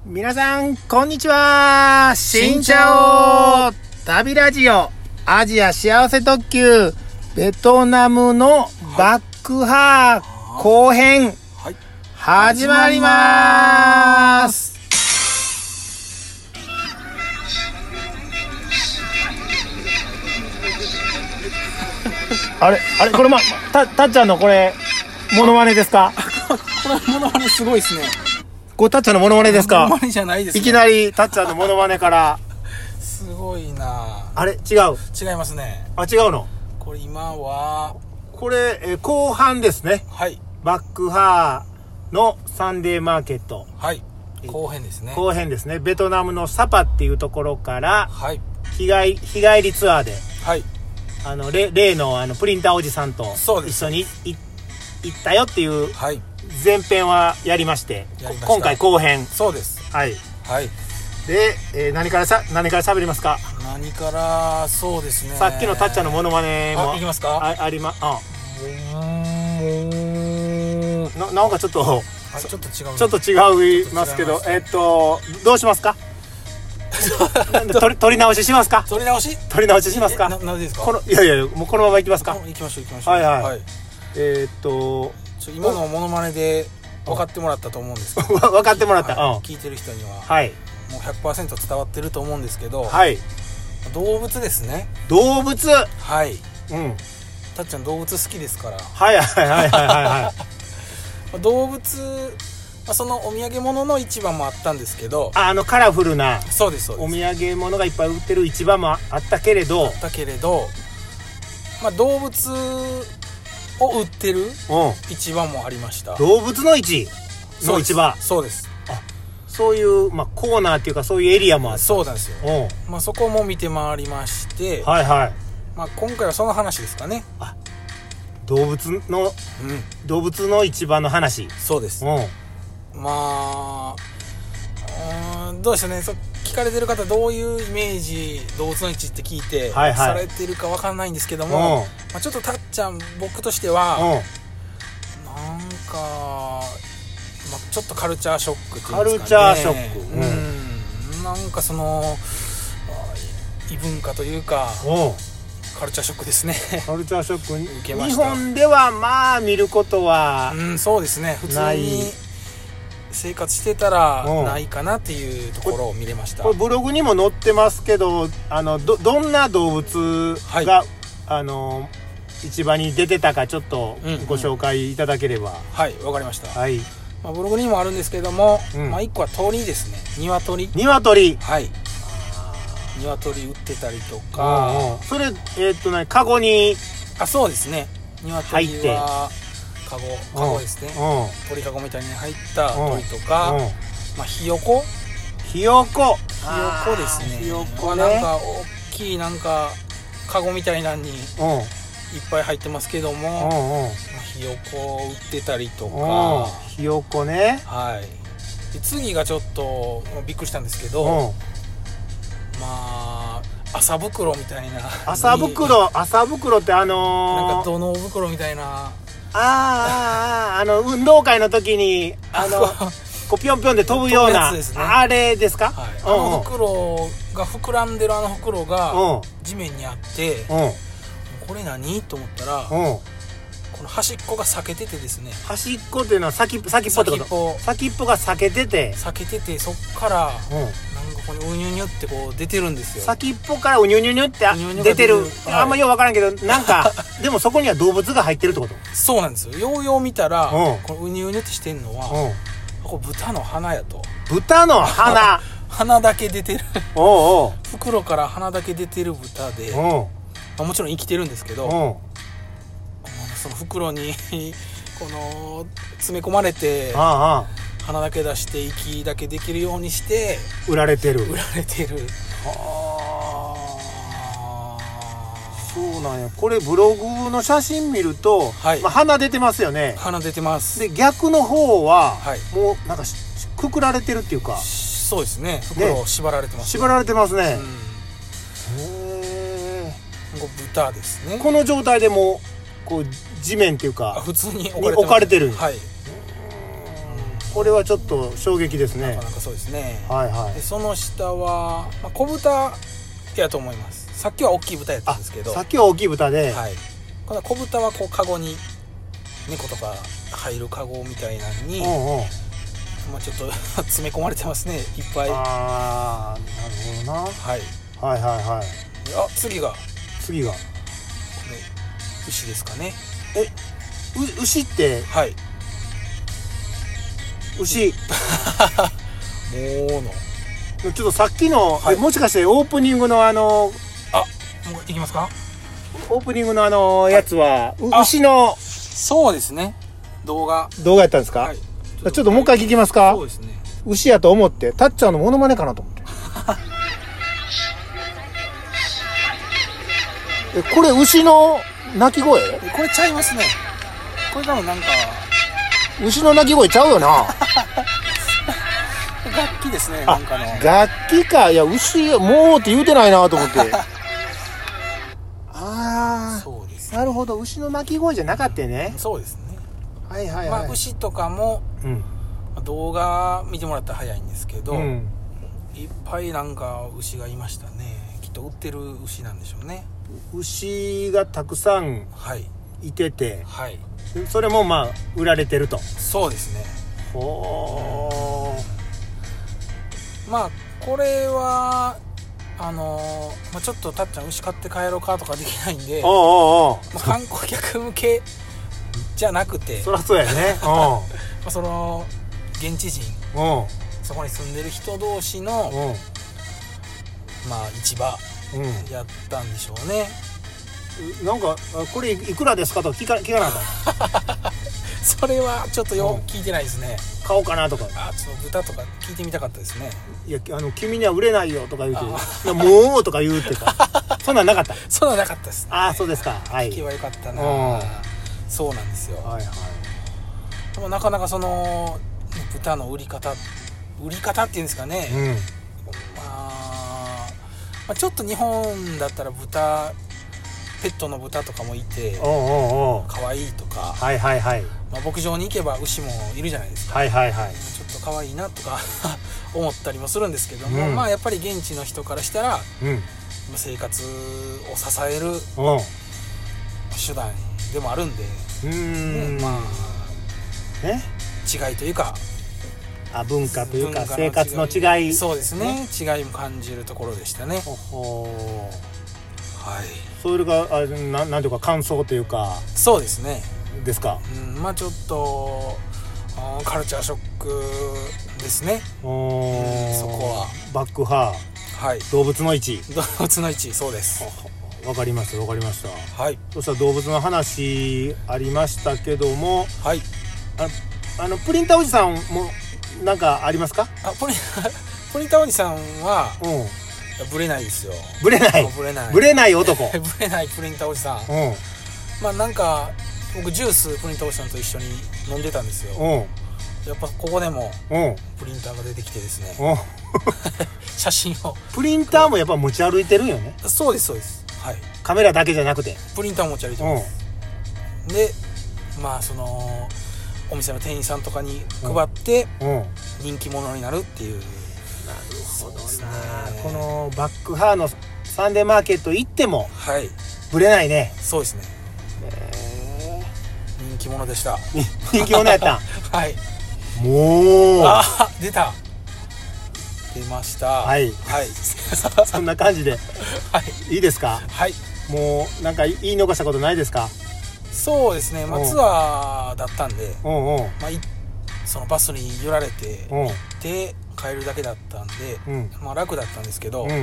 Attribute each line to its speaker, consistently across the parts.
Speaker 1: 皆さんこんにちは。シンチャオ旅ラジオアジア幸せ特急ベトナムのバックハー後編始まります。あれこれたっちゃんのこれモノマネですか？
Speaker 2: これモノマネすごいですね。
Speaker 1: これタッチャンのモノマネですか？
Speaker 2: モノマネじゃないですね。
Speaker 1: いきなりタッチャンのモノマネから
Speaker 2: すごいな。
Speaker 1: あれ違い
Speaker 2: ますね。
Speaker 1: あ、違うの？
Speaker 2: これ今は
Speaker 1: これ、後半ですね。
Speaker 2: はい。
Speaker 1: バックハーのサンデーマーケット。
Speaker 2: はい。後編ですね。
Speaker 1: 後編ですね。ベトナムのサパっていうところから
Speaker 2: はい。
Speaker 1: 日帰りツアーで、
Speaker 2: はい。
Speaker 1: 例のプリンターおじさんと一緒に行ったよっていう
Speaker 2: はい
Speaker 1: 前編はやりまして、今回後編。
Speaker 2: そうです。
Speaker 1: はい。
Speaker 2: はい。
Speaker 1: で、何から喋りますか？
Speaker 2: 何からそうですね。
Speaker 1: さっきのタッチャーのモノマネも
Speaker 2: いきますか？
Speaker 1: ありまなんかちょっと違いますけど、どうしますか？取り直ししますか？取り直ししますか？
Speaker 2: なんでですか？
Speaker 1: いやもうこのまま行きますか？
Speaker 2: 行きましょう。
Speaker 1: はい。
Speaker 2: 今のモノマネで分かってもらったと思うんですけど
Speaker 1: 分かってもらった、
Speaker 2: 聞いてる人には、もう 100% 伝わってると思うんですけど、動物ですね。
Speaker 1: 動物、
Speaker 2: はい。たっちゃん動物好きですから。
Speaker 1: はい。
Speaker 2: 動物、そのお土産物の市場もあったんですけど、
Speaker 1: カラフルな
Speaker 2: そうです
Speaker 1: お土産物がいっぱい売ってる市場もあったけれど、
Speaker 2: 動物を売ってる市場もありました。
Speaker 1: 動物の市の市場。
Speaker 2: そうです。
Speaker 1: そういう、コーナーっていうかそういうエリアもあった。
Speaker 2: そうなんですよ。そこも見て回りまして、
Speaker 1: はい。
Speaker 2: 今回はその話ですかね。
Speaker 1: 動物の市場の話。
Speaker 2: そうです。どうでしょうね。聞かれてる方どういうイメージ動物の市って聞いてされてるか分かんないんですけども、ちょっとたっちゃん僕としてはなんか、ちょっとカルチャーショックっていうんですかね。
Speaker 1: カルチャーショック。
Speaker 2: なんかその異文化というかカルチャーショックですね。
Speaker 1: カルチャーショック
Speaker 2: 受けました。
Speaker 1: 日本では見ることは
Speaker 2: そうですね。普通に生活してたらないかなっていうところを見れました。
Speaker 1: これブログにも載ってますけど、どんな動物が、市場に出てたかちょっとご紹介いただければ。
Speaker 2: はい、わかりました。
Speaker 1: はい。
Speaker 2: ブログにもあるんですけども、1個は鳥ですね。鶏。はい。鶏売ってたりとか。
Speaker 1: それカゴに
Speaker 2: そうですね。鶏はカゴですね。鳥カゴみたいに入った鳥とか、ひよこですね。
Speaker 1: ひよこね。
Speaker 2: なんか大きいカゴみたいなのにいっぱい入ってますけども、ひよこ売ってたりとか。
Speaker 1: ひよこね。
Speaker 2: はい。で次がちょっとびっくりしたんですけど、麻袋みたいな。麻袋ってなん
Speaker 1: か
Speaker 2: 土の袋みたいな。
Speaker 1: 運動会の時にこうピョンピョンで飛ぶような、あれですか？
Speaker 2: 袋が膨らんでる袋が地面にあって、これ何と思ったら、この端っこが裂けててですね。
Speaker 1: 端っこっていうのは先っぽってこと？先っぽが裂けてて
Speaker 2: そっからここにうにゅうにゅってこう出てるんですよ。
Speaker 1: 先っぽからうにゅうにゅって出てる。あんまよう分からんけど、なんかでもそこには動物が入ってるってこと？
Speaker 2: そうなんですよ。ようよう見たらこのうにゅうにゅってしてんのはこれ豚の鼻やと。
Speaker 1: 豚の鼻
Speaker 2: 鼻だけ出てる袋から鼻だけ出てる豚で、もちろん生きてるんですけど、その袋にこの詰め込まれて鼻だけ出して息だけできるようにして
Speaker 1: 売られてる。そうなんや。これブログの写真見ると、鼻出てますよね。
Speaker 2: 鼻出てます。
Speaker 1: で逆の方は、もうなんかくくられてるっていうか。
Speaker 2: そうですね。袋縛られてます。
Speaker 1: 縛られてますね。
Speaker 2: 豚ですね。
Speaker 1: この状態でもこう地面っていうか
Speaker 2: 普通に
Speaker 1: 置かれてる。
Speaker 2: はい。
Speaker 1: これはちょっと衝撃ですね。
Speaker 2: なかなかそうですね。
Speaker 1: はいはい。
Speaker 2: でその下は、小豚やと思います。さっきは大きい豚やったんですけど、
Speaker 1: さっきは大きい豚で、
Speaker 2: はい、この小豚はこうカゴに猫とか入るカゴみたいなのに、ちょっと詰め込まれてますね、いっぱい。
Speaker 1: ああ、なるほどな。
Speaker 2: はい
Speaker 1: はいはいはい。
Speaker 2: 次が牛ですかね。
Speaker 1: 牛って、
Speaker 2: はい、
Speaker 1: 牛
Speaker 2: もの
Speaker 1: ちょっとさっきの、
Speaker 2: はい、
Speaker 1: もしかしてオープニングの
Speaker 2: もういきますか。
Speaker 1: オープニングのやつは、牛の
Speaker 2: そうですね、動画
Speaker 1: やったんですか。はい、ちょっともう一回聞きますか。
Speaker 2: そうですね、
Speaker 1: 牛やと思ってタッチャーのモノマネかなと思ってこれ牛の鳴き声？
Speaker 2: これちゃいますね。これ多分なんか
Speaker 1: 牛の鳴き声ちゃうよな
Speaker 2: 楽器ですね。なんかの
Speaker 1: 楽器か。いや、牛もうって言うてないなと思ってああ、そうです、ね、なるほど。牛の鳴き声じゃなかったね。
Speaker 2: そうですね。
Speaker 1: はいはいはい。
Speaker 2: 牛とかも、動画見てもらったら早いんですけど、いっぱいなんか牛がいましたね。きっと売ってる牛なんでしょうね。
Speaker 1: 牛がたくさんいてて、
Speaker 2: はい、
Speaker 1: それも売られてると。
Speaker 2: そうですね。
Speaker 1: ほ
Speaker 2: ー、これはちょっとたっちゃん牛買って帰ろうかとかできないんで、観光客向けじゃなくて、
Speaker 1: そりゃそうやね
Speaker 2: その現地人、そこに住んでる人同士の市場やったんでしょうね。
Speaker 1: なんかこれいくらですかと聞かなかった
Speaker 2: それはちょっと聞いてないですね。
Speaker 1: 買おうかなとか、
Speaker 2: ちょっと豚とか聞いてみたかったですね。
Speaker 1: いや、君には売れないよとか言うて、もうとか言うってかそんなんなかった。
Speaker 2: そんなんなかったですね。
Speaker 1: そうですか。はい。
Speaker 2: 聞けばよかったな。そうなんですよ。はいはい。でもなかなかその豚の売り方っていうんですかね。ちょっと日本だったらペットの豚とかもいて可愛いとか、牧場に行けば牛もいるじゃないですか。ちょっと可愛いなとか思ったりもするんですけども、やっぱり現地の人からしたら、生活を支える手段でもあるんで、違いというか、
Speaker 1: 文化というか生活の違い、
Speaker 2: そうですね、違いも感じるところでしたね。はい。
Speaker 1: それがなんていうか感想というか。
Speaker 2: そうですね。
Speaker 1: ですか。
Speaker 2: ちょっとカルチャーショックですね。そこは
Speaker 1: バックハー、動物の位置。
Speaker 2: そうです。
Speaker 1: わかりましたわかりました。
Speaker 2: はい。
Speaker 1: そしたら動物の話ありましたけども、
Speaker 2: はい。
Speaker 1: プリンターおじさんもなんかありますか？
Speaker 2: プリンターおじさんはブレないですよ。
Speaker 1: ブレない男ブレ
Speaker 2: ないプリンターおじさん。なんか僕ジュースプリンターおじさんと一緒に飲んでたんですよ。やっぱここでもプリンターが出てきてですね写真を。
Speaker 1: プリンターもやっぱ持ち歩いてるんよね。
Speaker 2: そうですそうです。はい。
Speaker 1: カメラだけじゃなくて
Speaker 2: プリンターも持ち歩いてます。でそのお店の店員さんとかに配って人気者になるっていう。
Speaker 1: なるほどな。このバックハーのサンデーマーケット行ってもブレないね。
Speaker 2: そうですね。人気者でした。
Speaker 1: 人気者やった
Speaker 2: はい。
Speaker 1: もう
Speaker 2: 出ました。
Speaker 1: はいそんな感じでいいですか？
Speaker 2: はい。
Speaker 1: もうなんか言い残したことないですか？
Speaker 2: そうですね。ツアーだったんで、そのバスに揺られて行って帰るだけだったんで、楽だったんですけど、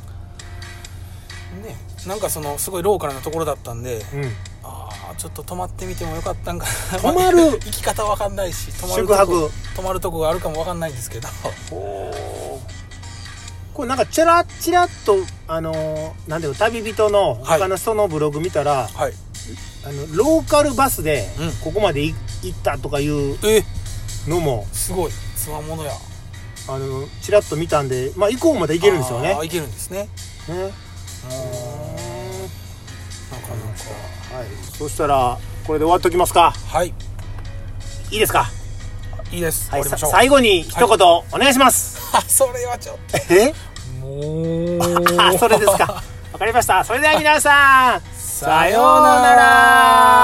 Speaker 2: なんかそのすごいローカルなところだったんで、ちょっと泊まってみてもよかったんかな。
Speaker 1: 泊まる
Speaker 2: 行き方わかんないし、泊まるとこがあるかもわかんないんですけど。
Speaker 1: これなんかチラッとなんていうの、旅人の他の人のブログ見たら、ローカルバスでここまで行ったとかいうのも
Speaker 2: すごいつわものや。
Speaker 1: チラッと見たんで、以降まで行けるんですよね。
Speaker 2: 行けるんですね。なかなか。
Speaker 1: はい。そしたらこれで終わっときますか。
Speaker 2: はい。
Speaker 1: いいですか？
Speaker 2: いいです。
Speaker 1: はい、最後に一言お願いします。
Speaker 2: それはちょっと。
Speaker 1: もう。それですか。わかりました。それでは皆さん、さようなら。